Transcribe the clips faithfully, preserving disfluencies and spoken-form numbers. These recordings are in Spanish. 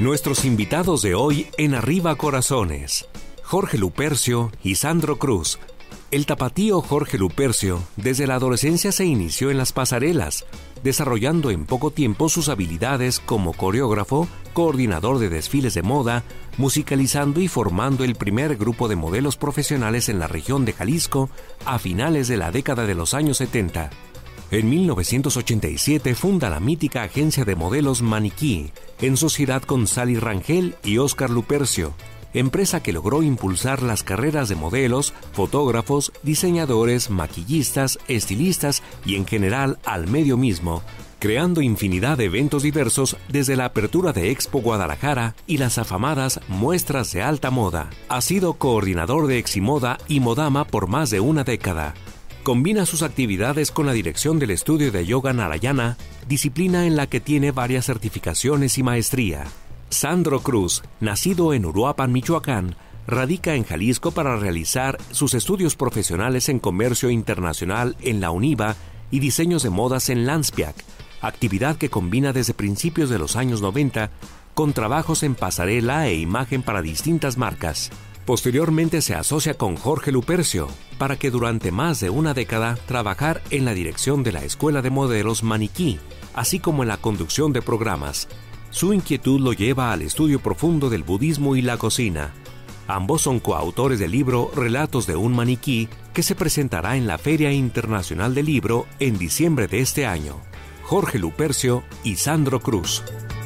Nuestros invitados de hoy en Arriba Corazones, Jorge Lupercio y Sandro Cruz. El tapatío Jorge Lupercio desde la adolescencia se inició en las pasarelas, desarrollando en poco tiempo sus habilidades como coreógrafo, coordinador de desfiles de moda, musicalizando y formando el primer grupo de modelos profesionales en la región de Jalisco a finales de la década de los años setenta. En mil novecientos ochenta y siete funda la mítica agencia de modelos Maniquí, en sociedad con Sally Rangel y Óscar Lupercio, empresa que logró impulsar las carreras de modelos, fotógrafos, diseñadores, maquillistas, estilistas y en general al medio mismo, creando infinidad de eventos diversos desde la apertura de Expo Guadalajara y las afamadas muestras de alta moda. Ha sido coordinador de Eximoda y Modama por más de una década. Combina sus actividades con la dirección del estudio de yoga Narayana, disciplina en la que tiene varias certificaciones y maestría. Sandro Cruz, nacido en Uruapan, Michoacán, radica en Jalisco para realizar sus estudios profesionales en comercio internacional en la UNIVA y diseños de modas en Landspeak, actividad que combina desde principios de los años noventa con trabajos en pasarela e imagen para distintas marcas. Posteriormente se asocia con Jorge Lupercio para que durante más de una década trabajar en la dirección de la Escuela de Modelos Maniquí, así como en la conducción de programas. Su inquietud lo lleva al estudio profundo del budismo y la cocina. Ambos son coautores del libro Relatos de un Maniquí, que se presentará en la Feria Internacional del Libro en diciembre de este año. Jorge Lupercio y Sandro Cruz.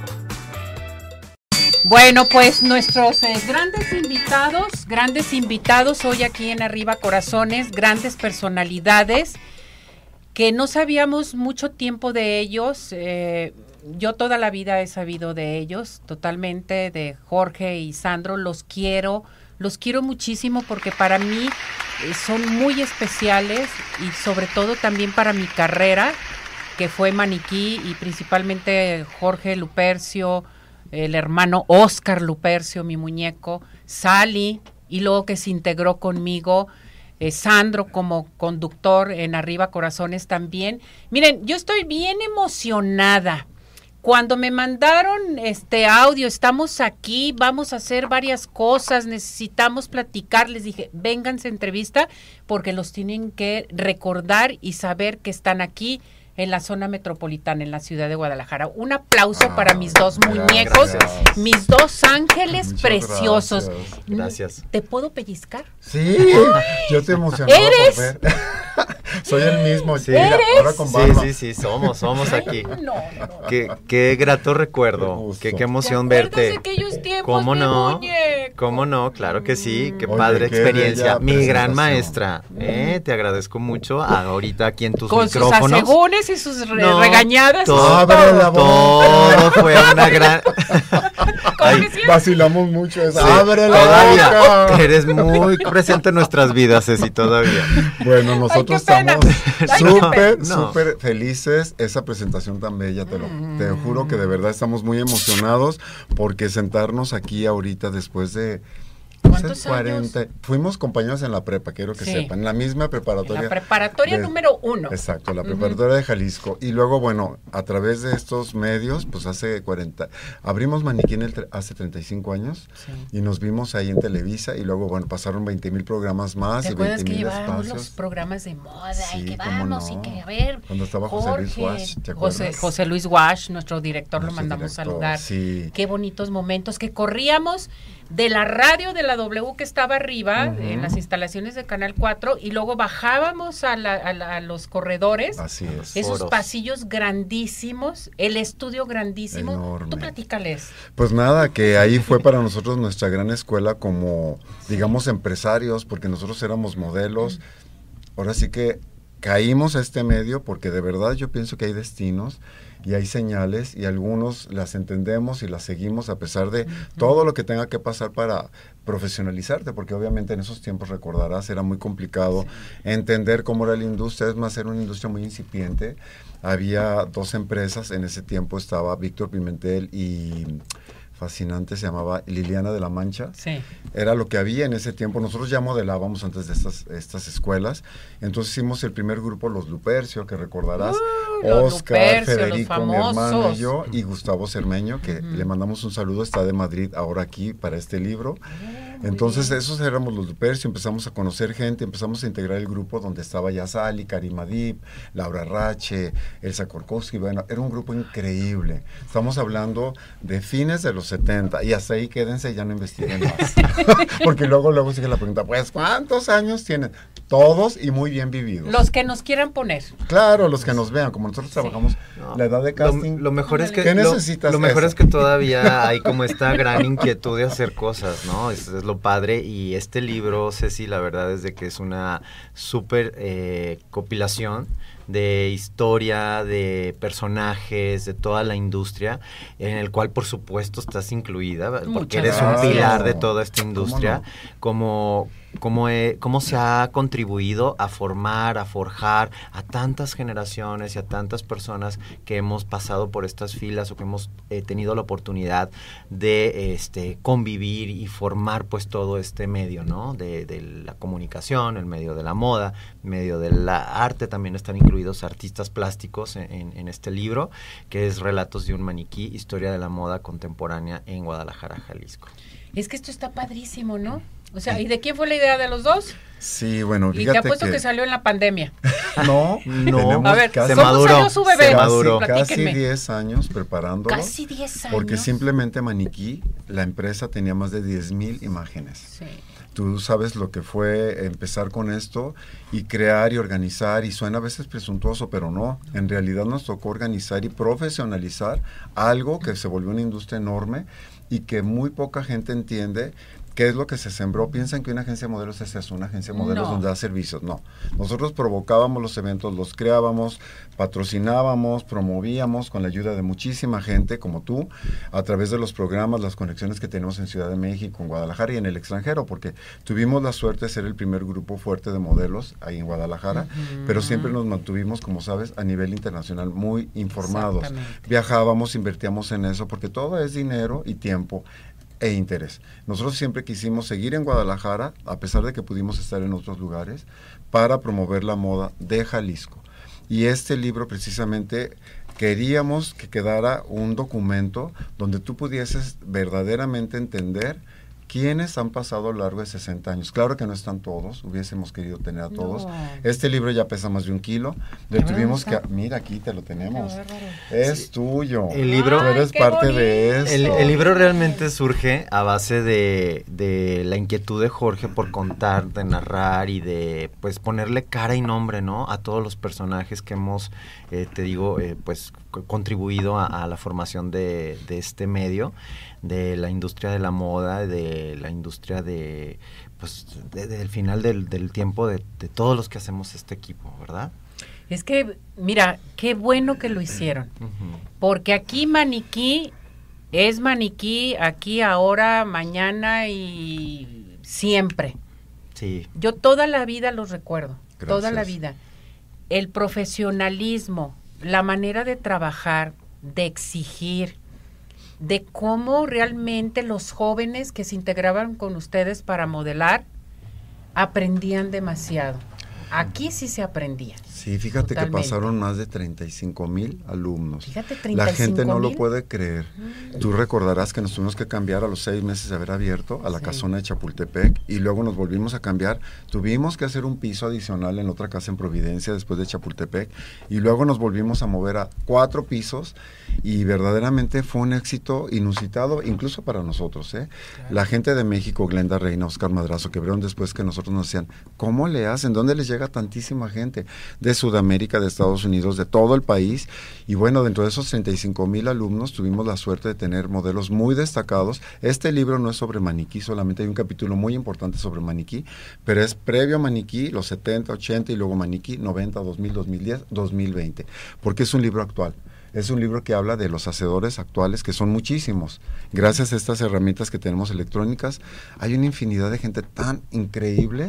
Bueno, pues nuestros eh, grandes invitados, grandes invitados hoy aquí en Arriba Corazones, grandes personalidades que no sabíamos mucho tiempo de ellos. Eh, yo toda la vida he sabido de ellos, totalmente, de Jorge y Sandro. Los quiero, los quiero muchísimo porque para mí eh, son muy especiales y sobre todo también para mi carrera, que fue Maniquí, y principalmente Jorge Lupercio, el hermano Óscar Lupercio, mi muñeco, Sally, y luego que se integró conmigo, eh, Sandro como conductor en Arriba Corazones también. Miren, yo estoy bien emocionada. Cuando me mandaron este audio, estamos aquí, vamos a hacer varias cosas, necesitamos platicar, les dije, vénganse a entrevista porque los tienen que recordar y saber que están aquí en la zona metropolitana, en la ciudad de Guadalajara. Un aplauso ah, para mis dos muñecos, gracias. Mis dos ángeles Muchas preciosos. Gracias. gracias. ¿Te puedo pellizcar? Sí, yo te emocioné. ¿Eres? Por ver. Soy el mismo, sí. ¿Eres? Ahora con barba. Sí, sí, sí, somos, somos aquí. Ay, no, no, qué, qué grato recuerdo, qué, qué emoción verte. De aquellos tiempos, ¿Cómo no? Muñeco? ¿Cómo no? Claro que sí, qué Oye, padre qué experiencia. Mi gran presentación. maestra, ¿eh? Te agradezco mucho. Ahorita aquí en tus con micrófonos. Con sus asegúnes y sus re no, regañadas. Todo, Abre la boca. todo fue una gran... Ay, vacilamos mucho eso. Sí, Abre la todavía. boca. Eres muy presente en nuestras vidas, Ceci, todavía. Bueno, nosotros Ay, estamos súper, no. súper felices. Esa presentación tan bella, te lo mm. te juro que de verdad estamos muy emocionados porque sentarnos aquí ahorita después de ¿cuántos cuarenta años? Fuimos compañeros en la prepa, quiero que sí. sepan, en la misma preparatoria. En la preparatoria de, número uno. Exacto, la preparatoria uh-huh. de Jalisco. Y luego, bueno, a través de estos medios, pues hace cuarenta, abrimos Maniquí en el, hace treinta y cinco años sí. y nos vimos ahí en Televisa y luego, bueno, pasaron veinte mil programas más ¿Te y veinte mil espacios. ¿Te acuerdas que llevábamos los programas de moda sí, y que vamos no. y que a ver? Cuando estaba José Jorge, Luis Wash, ¿te acuerdas? José, José Luis Wash, nuestro director, nuestro lo mandamos director, saludar. Sí. Qué bonitos momentos que corríamos de la radio de la W que estaba arriba, uh-huh. en las instalaciones de Canal cuatro, y luego bajábamos a, la, a, la, a los corredores. Así es. Esos Foros. Pasillos grandísimos, el estudio grandísimo. Enorme. Tú platícales. Pues nada, que ahí fue para nosotros nuestra gran escuela como, digamos, empresarios, porque nosotros éramos modelos. Uh-huh. Ahora sí que caímos a este medio porque de verdad yo pienso que hay destinos y hay señales y algunos las entendemos y las seguimos a pesar de uh-huh. todo lo que tenga que pasar para profesionalizarte, porque obviamente en esos tiempos, recordarás, era muy complicado sí. entender cómo era la industria, es más, era una industria muy incipiente. Había dos empresas, en ese tiempo estaba Víctor Pimentel y fascinante, se llamaba Liliana de la Mancha. Sí. Era lo que había en ese tiempo. Nosotros ya modelábamos antes de estas, estas escuelas. Entonces hicimos el primer grupo, los Lupercio, que recordarás. Uh, los Oscar, Lupercio, Federico, los mi hermano y famosos. yo, y Gustavo Cermeño, que uh-huh. le mandamos un saludo, está de Madrid ahora aquí para este libro. Uh, Entonces esos éramos los Lupercio, empezamos a conocer gente, empezamos a integrar el grupo donde estaba Yazali, Karim Adib, Laura Rache, Elsa Korkowski. Bueno, era un grupo increíble. Estamos hablando de fines de los setenta, y hasta ahí quédense, ya no investiguen más. Porque luego, luego sigue la pregunta, pues, ¿cuántos años tienen? Todos y muy bien vividos. Los que nos quieran poner. Claro, los que nos vean, como nosotros sí. trabajamos no, la edad de casting. Lo, lo mejor es que ¿qué lo, necesitas? Lo mejor eso? es que todavía hay como esta gran inquietud de hacer cosas, ¿no? Es, es lo padre, y este libro, Ceci, la verdad es de que es una súper eh, compilación de historia, de personajes, de toda la industria, en el cual por supuesto estás incluida, porque Muchas eres gracias. un pilar de toda esta industria, ¿Cómo no? como... Cómo, he, cómo se ha contribuido a formar, a forjar a tantas generaciones y a tantas personas que hemos pasado por estas filas o que hemos eh, tenido la oportunidad de este, convivir y formar pues todo este medio, ¿no? De, de la comunicación, el medio de la moda, el medio del arte. También están incluidos artistas plásticos en, en, en este libro, que es Relatos de un maniquí, historia de la moda contemporánea en Guadalajara, Jalisco. Es que esto está padrísimo, ¿no? O sea, ¿y de quién fue la idea de los dos? Sí, bueno, y fíjate te apuesto que... que salió en la pandemia. No, no. A ver, casi, ¿cómo maduró, salió su bebé? Se maduró. Casi diez años preparándolo. Casi diez años. Porque simplemente Maniquí, la empresa tenía más de diez mil imágenes. Sí. Tú sabes lo que fue empezar con esto y crear y organizar, y suena a veces presuntuoso, pero no. En realidad nos tocó organizar y profesionalizar algo que se volvió una industria enorme y que muy poca gente entiende. ¿Qué es lo que se sembró? Piensan que una agencia de modelos es eso, una agencia de modelos no. donde da servicios. No, nosotros provocábamos los eventos, los creábamos, patrocinábamos, promovíamos con la ayuda de muchísima gente como tú, a través de los programas, las conexiones que tenemos en Ciudad de México, en Guadalajara y en el extranjero, porque tuvimos la suerte de ser el primer grupo fuerte de modelos ahí en Guadalajara, uh-huh. pero siempre nos mantuvimos, como sabes, a nivel internacional muy informados. Viajábamos, invertíamos en eso, porque todo es dinero y tiempo e interés. Nosotros siempre quisimos seguir en Guadalajara, a pesar de que pudimos estar en otros lugares, para promover la moda de Jalisco. Y este libro precisamente queríamos que quedara un documento donde tú pudieses verdaderamente entender quiénes han pasado a lo largo de sesenta años. Claro que no están todos, hubiésemos querido tener a todos. No. Este libro ya pesa más de un kilo. Le tuvimos que... Mira, aquí te lo tenemos. Es sí. tuyo. El libro... Tú eres parte bonito. de esto. El, el libro realmente surge a base de, de la inquietud de Jorge por contar, de narrar y de pues ponerle cara y nombre, ¿no? A todos los personajes que hemos, eh, te digo, eh, pues contribuido a, a la formación de, de este medio, de la industria de la moda, de la industria de, pues, de, de, del final del, del tiempo de, de todos los que hacemos este equipo, ¿verdad? Es que, mira, qué bueno que lo hicieron, uh-huh. porque aquí Maniquí es Maniquí, aquí, ahora, mañana y siempre. Sí. Yo toda la vida los recuerdo, Gracias. toda la vida. El profesionalismo, la manera de trabajar, de exigir, de cómo realmente los jóvenes que se integraban con ustedes para modelar aprendían demasiado. Aquí sí se aprendía. Sí, fíjate Totalmente. que pasaron más de treinta y cinco mil alumnos. Fíjate, treinta y cinco La gente no ¿mil? Lo puede creer. Mm. Tú recordarás que nos tuvimos que cambiar a los seis meses de haber abierto a la sí. casona de Chapultepec, y luego nos volvimos a cambiar. Tuvimos que hacer un piso adicional en otra casa en Providencia después de Chapultepec, y luego nos volvimos a mover a cuatro pisos, y verdaderamente fue un éxito inusitado, incluso para nosotros, ¿eh? Claro. La gente de México, Glenda Reina, Oscar Madrazo, que vieron después que nosotros nos decían, ¿cómo le hacen? ¿Dónde les llega tantísima gente? De Sudamérica, de Estados Unidos, de todo el país. Y bueno, dentro de esos treinta y cinco mil alumnos tuvimos la suerte de tener modelos muy destacados. Este libro no es sobre Maniquí, solamente hay un capítulo muy importante sobre Maniquí, pero es previo a Maniquí, los setenta, ochenta, y luego Maniquí, noventa, dos mil, dos mil diez, dos mil veinte, porque es un libro actual. Es un libro que habla de los hacedores actuales, que son muchísimos. Gracias a estas herramientas que tenemos electrónicas, hay una infinidad de gente tan increíble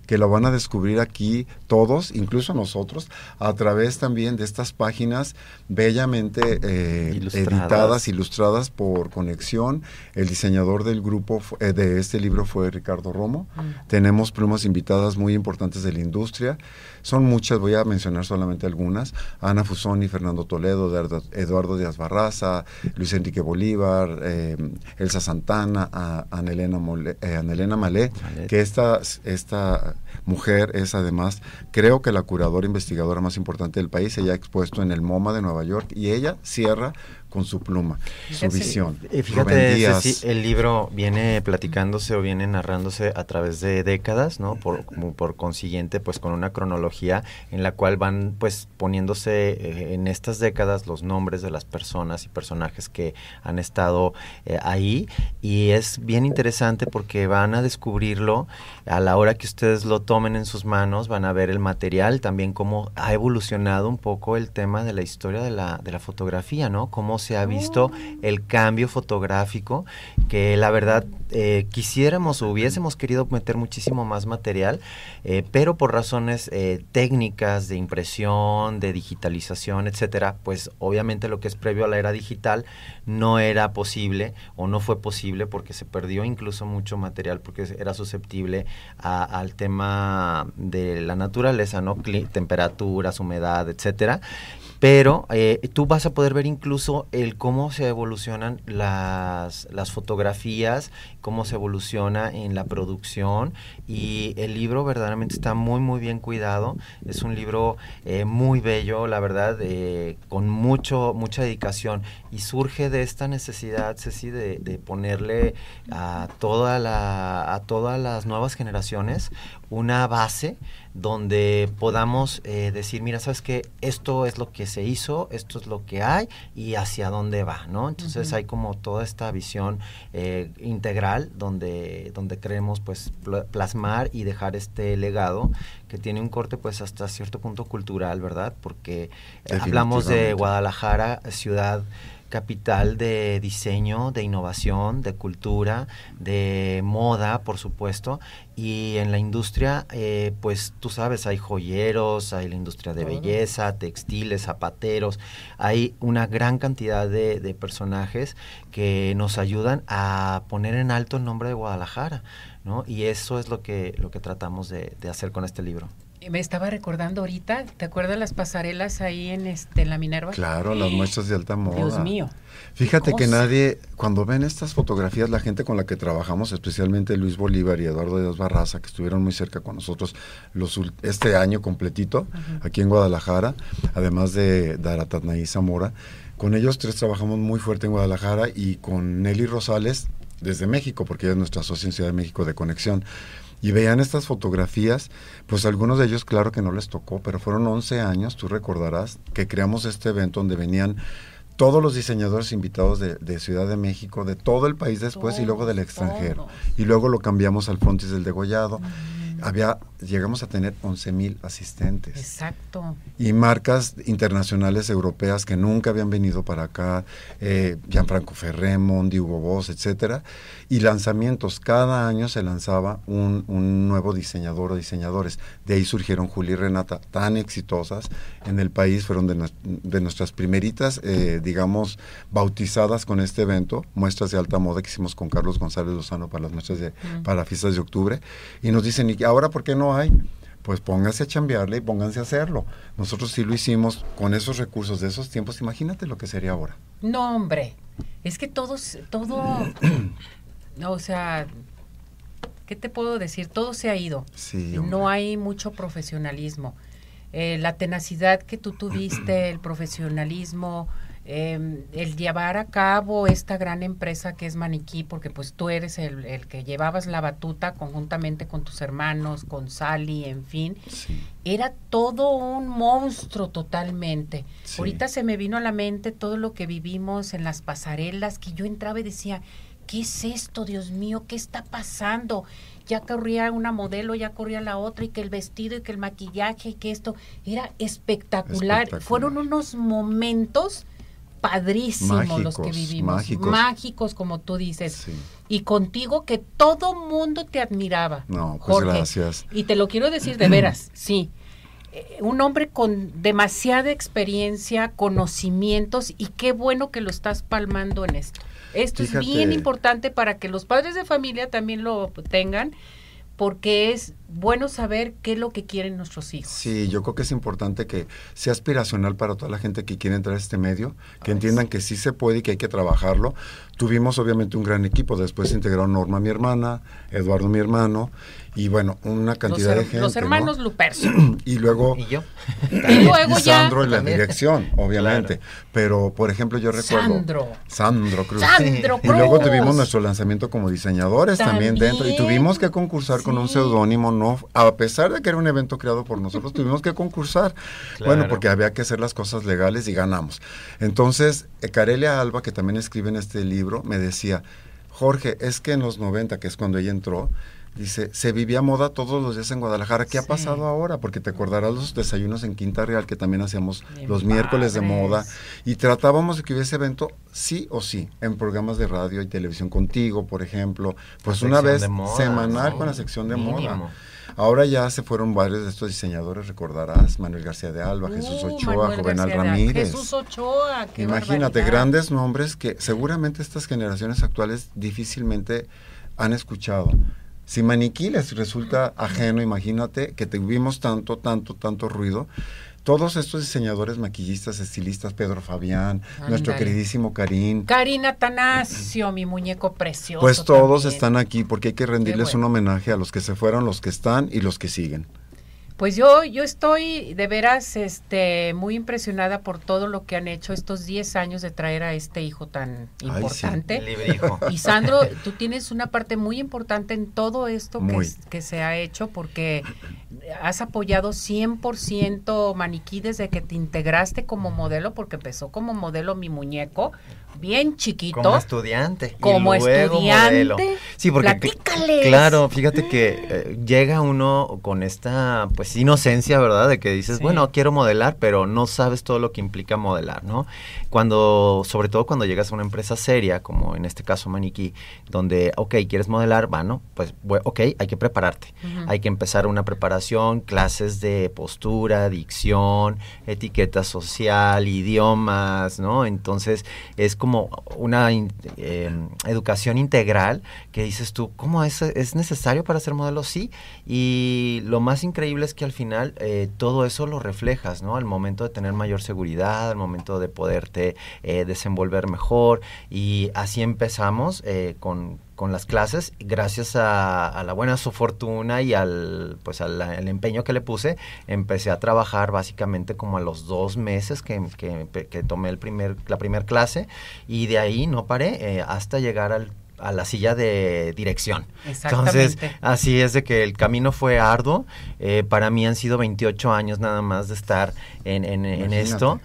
que lo van a descubrir aquí todos, incluso nosotros, a través también de estas páginas bellamente eh, Ilustradas. editadas, ilustradas por Conexión. El diseñador del grupo eh, de este libro fue Ricardo Romo. Mm. Tenemos plumas invitadas muy importantes de la industria. Son muchas, voy a mencionar solamente algunas. Ana Fusoni, Fernando Toledo, Eduardo, Eduardo Díaz Barraza, Luis Enrique Bolívar, eh, Elsa Santana, a, a Anelena, Mole, eh, Anelena Malé, Malé, que esta, esta mujer es además, creo que la curadora investigadora más importante del país. Ella ha expuesto en el MoMA de Nueva York y ella cierra con su pluma, su Sí. visión. Y fíjate, Ceci, el libro viene platicándose o viene narrándose a través de décadas, ¿no? Por, por consiguiente, pues con una cronología en la cual van pues poniéndose eh, en estas décadas los nombres de las personas y personajes que han estado eh, ahí, y es bien interesante porque van a descubrirlo a la hora que ustedes lo tomen en sus manos, van a ver el material, también cómo ha evolucionado un poco el tema de la historia de la, de la fotografía, ¿no? Cómo se ha visto el cambio fotográfico, que la verdad eh, quisiéramos o hubiésemos querido meter muchísimo más material, eh, pero por razones eh, técnicas, de impresión, de digitalización, etcétera, pues obviamente lo que es previo a la era digital no era posible o no fue posible porque se perdió incluso mucho material porque era susceptible a, al tema de la naturaleza, ¿no? Cli- temperaturas, humedad, etcétera. Pero eh, tú vas a poder ver incluso el cómo se evolucionan las, las fotografías, cómo se evoluciona en la producción, y el libro verdaderamente está muy muy bien cuidado. Es un libro eh, muy bello, la verdad, eh, con mucho mucha dedicación, y surge de esta necesidad, Ceci, de, de ponerle a toda la a todas las nuevas generaciones una base donde podamos eh, decir, mira, ¿sabes qué? Esto es lo que se hizo, esto es lo que hay y hacia dónde va, ¿no? Entonces uh-huh. hay como toda esta visión eh, integral donde, donde queremos pues pl- plasmar y dejar este legado que tiene un corte pues hasta cierto punto cultural, ¿verdad? Porque eh, hablamos de Guadalajara, ciudad capital de diseño, de innovación, de cultura, de moda, por supuesto, y en la industria, eh, pues tú sabes, hay joyeros, hay la industria de belleza, textiles, zapateros, hay una gran cantidad de, de personajes que nos ayudan a poner en alto el nombre de Guadalajara, ¿no? Y eso es lo que, lo que tratamos de, de hacer con este libro. Me estaba recordando ahorita, ¿te acuerdas las pasarelas ahí en este en la Minerva? Claro, las muestras de alta moda. Dios mío. Fíjate que nadie, cuando ven estas fotografías, la gente con la que trabajamos, especialmente Luis Bolívar y Eduardo Díaz Barraza, que estuvieron muy cerca con nosotros los, este año completito, uh-huh. aquí en Guadalajara, además de Daratatnaí Zamora, con ellos tres trabajamos muy fuerte en Guadalajara, y con Nelly Rosales desde México, porque ella es nuestra socia en Ciudad de México de Conexión. Y veían estas fotografías, pues algunos de ellos claro que no les tocó, pero fueron once años, tú recordarás, que creamos este evento donde venían todos los diseñadores invitados de, de Ciudad de México, de todo el país después, todo, y luego del extranjero. Todo. Y luego lo cambiamos al Frontis del Degollado. Mm. Había, llegamos a tener once mil asistentes. Exacto. Y marcas internacionales europeas que nunca habían venido para acá, eh, Gianfranco Ferré, Mondi, Hugo Boss, etcétera. Y lanzamientos, cada año se lanzaba un, un nuevo diseñador o diseñadores. De ahí surgieron Juli y Renata, tan exitosas en el país, fueron de, de nuestras primeritas, eh, digamos, bautizadas con este evento, muestras de alta moda que hicimos con Carlos González Lozano para las muestras de, mm. para las fiestas de octubre. Y nos dicen, ¿y ahora por qué no hay? Pues pónganse a chambearle y pónganse a hacerlo. Nosotros sí lo hicimos con esos recursos de esos tiempos. Imagínate lo que sería ahora. No, hombre, es que todos, todo, o sea, ¿qué te puedo decir? Todo se ha ido. Sí, no hay mucho profesionalismo. Eh, la tenacidad que tú tuviste, el profesionalismo, eh, el llevar a cabo esta gran empresa que es Maniquí, porque pues tú eres el, el que llevabas la batuta conjuntamente con tus hermanos, con Sally, en fin, sí. Era todo un monstruo totalmente. Sí. Ahorita se me vino a la mente todo lo que vivimos en las pasarelas, que yo entraba y decía, ¿qué es esto, Dios mío? ¿Qué está pasando? Ya corría una modelo, ya corría la otra, y que el vestido, y que el maquillaje, y que esto era espectacular. espectacular. Fueron unos momentos padrísimos mágicos, los que vivimos, mágicos. mágicos como tú dices, Sí. y contigo que todo mundo te admiraba. No, pues Jorge. gracias. Y te lo quiero decir de veras, sí. Eh, un hombre con demasiada experiencia, conocimientos, y qué bueno que lo estás palmando en esto. Esto Fíjate. es bien importante para que los padres de familia también lo tengan, porque es bueno saber qué es lo que quieren nuestros hijos. Sí, yo creo que es importante que sea aspiracional para toda la gente que quiere entrar a este medio, que Ay, entiendan sí. que sí se puede y que hay que trabajarlo. Tuvimos obviamente un gran equipo, después se integraron Norma, mi hermana, Eduardo, mi hermano, y bueno, una Los, cantidad her- de gente, los hermanos ¿no? Lupercio. Y luego Y yo. Y luego y ya. Sandro en la También. dirección, obviamente. Pero, por ejemplo, yo recuerdo... Sandro. Sandro Cruz. Sandro Y luego Cruz. tuvimos nuestro lanzamiento como diseñadores también, También. dentro. Y tuvimos que concursar con un Sí. seudónimo, no, a pesar de que era un evento creado por nosotros, tuvimos que concursar. Claro. Bueno, porque había que hacer las cosas legales y ganamos. Entonces, eh, Carelia Alba, que también escribe en este libro, me decía, Jorge, es que en los noventa, que es cuando ella entró, dice, se vivía moda todos los días en Guadalajara. ¿Qué ha Sí. pasado ahora? Porque te acordarás los desayunos en Quinta Real, que también hacíamos Bien los miércoles de padres. moda. Y tratábamos de que hubiese evento sí o sí, en programas de radio y televisión contigo, por ejemplo. Pues La una sección vez de moda, semanal sí, con la sección de mínimo. moda. Ahora ya se fueron varios de estos diseñadores, recordarás, Manuel García de Alba, Jesús Uh, Ochoa, Manuel Juvenal García de- Ramírez. Jesús Ochoa, qué Imagínate, barbaridad. grandes nombres que seguramente estas generaciones actuales difícilmente han escuchado. Si Maniquí les resulta ajeno, imagínate que tuvimos tanto, tanto, tanto ruido. Todos estos diseñadores, maquillistas, estilistas, Pedro Fabián, Ándale. nuestro queridísimo Karim, Karina Atanasio, mi muñeco precioso. pues todos también. están aquí porque hay que rendirles bueno. un homenaje a los que se fueron, los que están y los que siguen. Pues yo, yo estoy de veras este, muy impresionada por todo lo que han hecho estos diez años de traer a este hijo tan sí. importante. El librijo. Y Sandro, tú tienes una parte muy importante en todo esto que, Muy. es- que se ha hecho, porque has apoyado cien por ciento Maniquí desde que te integraste como modelo, porque empezó como modelo mi muñeco, bien chiquito. Como estudiante. y Como luego estudiante. modelo. Sí, porque cl- Platícales. claro, fíjate que eh, llega uno con esta pues inocencia, ¿verdad? De que dices, Sí. bueno, quiero modelar, pero no sabes todo lo que implica modelar, ¿no? Cuando, sobre todo cuando llegas a una empresa seria, como en este caso Maniquí, donde, ok, quieres modelar, bueno, pues, bu- ok, hay que prepararte. Ujú. Hay que empezar una preparación, clases de postura, dicción, etiqueta social, idiomas, ¿no? Entonces, es como una in- eh, educación integral que dices tú, ¿cómo es, es necesario para ser modelo? Sí, y lo más increíble es que al final eh, todo eso lo reflejas, ¿no? Al momento de tener mayor seguridad, al momento de poderte eh, desenvolver mejor, y así empezamos eh, con con las clases, gracias a, a la buena su fortuna y al pues al, al empeño que le puse, empecé a trabajar básicamente como a los dos meses que, que, que tomé el primer, la primera clase, y de ahí no paré eh, hasta llegar al a la silla de dirección. Exactamente. Entonces, así es de que el camino fue arduo. Eh, para mí han sido veintiocho años nada más de estar en, en, en Imagínate. esto.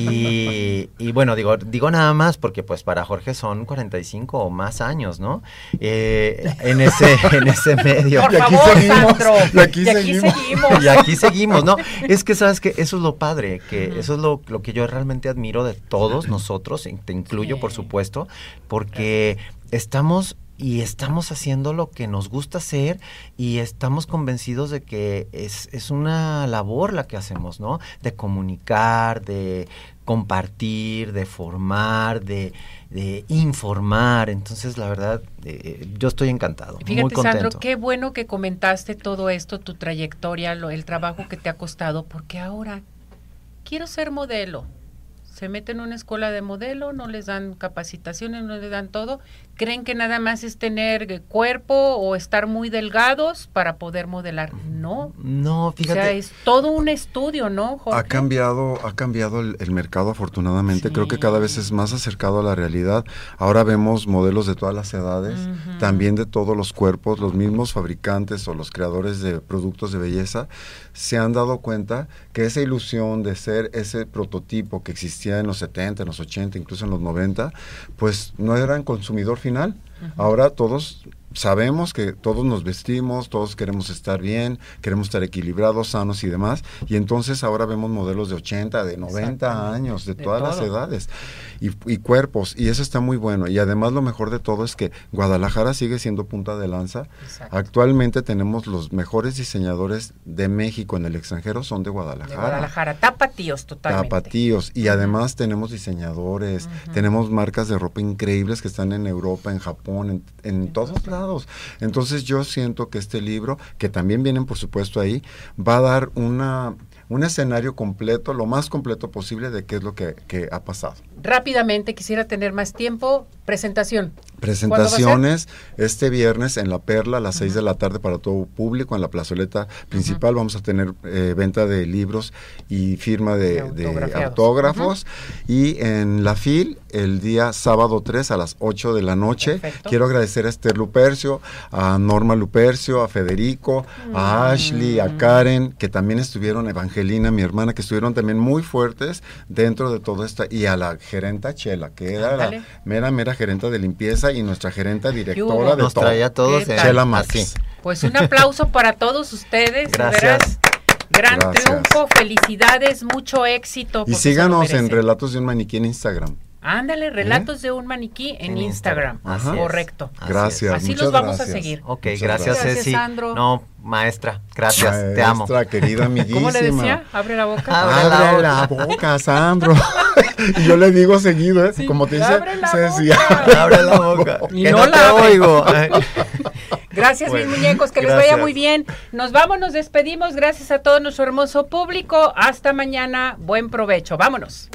Y, y bueno, digo, digo nada más porque pues para Jorge son cuarenta y cinco o más años, ¿no? Eh, en ese, en ese medio. Por Y aquí favor, seguimos, Sandro. y aquí Y aquí seguimos. seguimos. Y aquí seguimos, ¿no? Es que sabes que eso es lo padre, que Ujú. eso es lo, lo que yo realmente admiro de todos nosotros, y te incluyo Sí. por supuesto, porque estamos y estamos haciendo lo que nos gusta hacer, y estamos convencidos de que es, es una labor la que hacemos, ¿no? De comunicar, de compartir, de formar, de, de informar. Entonces, la verdad, eh, yo estoy encantado, Fíjate, muy contento. Sandro, qué bueno que comentaste todo esto, tu trayectoria, lo, el trabajo que te ha costado, porque ahora quiero ser modelo. Se meten en una escuela de modelo, no les dan capacitaciones, no les dan todo. Creen que nada más es tener eh, cuerpo o estar muy delgados para poder modelar. No. No, fíjate. O sea, es todo un estudio, ¿no, Jorge? Ha cambiado, ha cambiado el, el mercado afortunadamente. Sí. Creo que cada vez es más acercado a la realidad. Ahora vemos modelos de todas las edades, Ujú. también de todos los cuerpos. Los mismos fabricantes o los creadores de productos de belleza se han dado cuenta que esa ilusión de ser ese prototipo que existía en los setenta, en los ochenta, incluso en los noventa, pues no eran consumidor final. Ujú. Ahora todos sabemos que todos nos vestimos, todos queremos estar bien, queremos estar equilibrados, sanos y demás, y entonces ahora vemos modelos de ochenta, de noventa años, de, de todas todo. las edades, y, y cuerpos, y eso está muy bueno, y además lo mejor de todo es que Guadalajara sigue siendo punta de lanza. Exacto. Actualmente tenemos los mejores diseñadores de México en el extranjero, son de Guadalajara. De Guadalajara, tapatíos totalmente. Tapatíos, y uh-huh. además tenemos diseñadores, uh-huh. tenemos marcas de ropa increíbles que están en Europa, en Japón, en, en todos lados. Entonces yo siento que este libro, que también vienen por supuesto ahí, va a dar una... un escenario completo, lo más completo posible de qué es lo que, que ha pasado. Rápidamente, quisiera tener más tiempo. Presentación. Presentaciones este viernes en La Perla a las seis uh-huh. de la tarde para todo público en la plazoleta principal. Uh-huh. Vamos a tener eh, venta de libros y firma de, de autógrafos. Uh-huh. Y en La Fil el día sábado tres a las ocho de la noche. Perfecto. Quiero agradecer a Esther Lupercio, a Norma Lupercio, a Federico, uh-huh. a Ashley, a Karen, que también estuvieron, Evangelina, mi hermana, que estuvieron también muy fuertes dentro de todo esto, y a la gerenta Chela, que era Dale. la mera, mera gerenta de limpieza y nuestra gerenta directora de Nos todo. traía a todos en Chela Max. Pues un aplauso para todos ustedes. Gracias. Verás, gran Gracias. triunfo, felicidades, mucho éxito. Y síganos en Relatos de un Maniquí en Instagram. Ándale, Relatos ¿Eh? de un Maniquí en, en Instagram. Instagram. Correcto. Así gracias. Así Muchas los vamos gracias. a seguir. Ok, Muchas gracias, gracias Ceci. Sandro. No, maestra, gracias, maestra, te amo. Maestra, querida amiguísima. ¿Cómo le decía? Abre la boca. Abre, abre la, boca. la boca, Sandro. Y yo le digo seguido, ¿eh? Sí, como te dice Ceci. Abre la boca. Y que no, no la te oigo. Gracias, bueno, mis muñecos, que gracias. les vaya muy bien. Nos vamos, nos despedimos. Gracias a todo nuestro hermoso público. Hasta mañana. Buen provecho. Vámonos.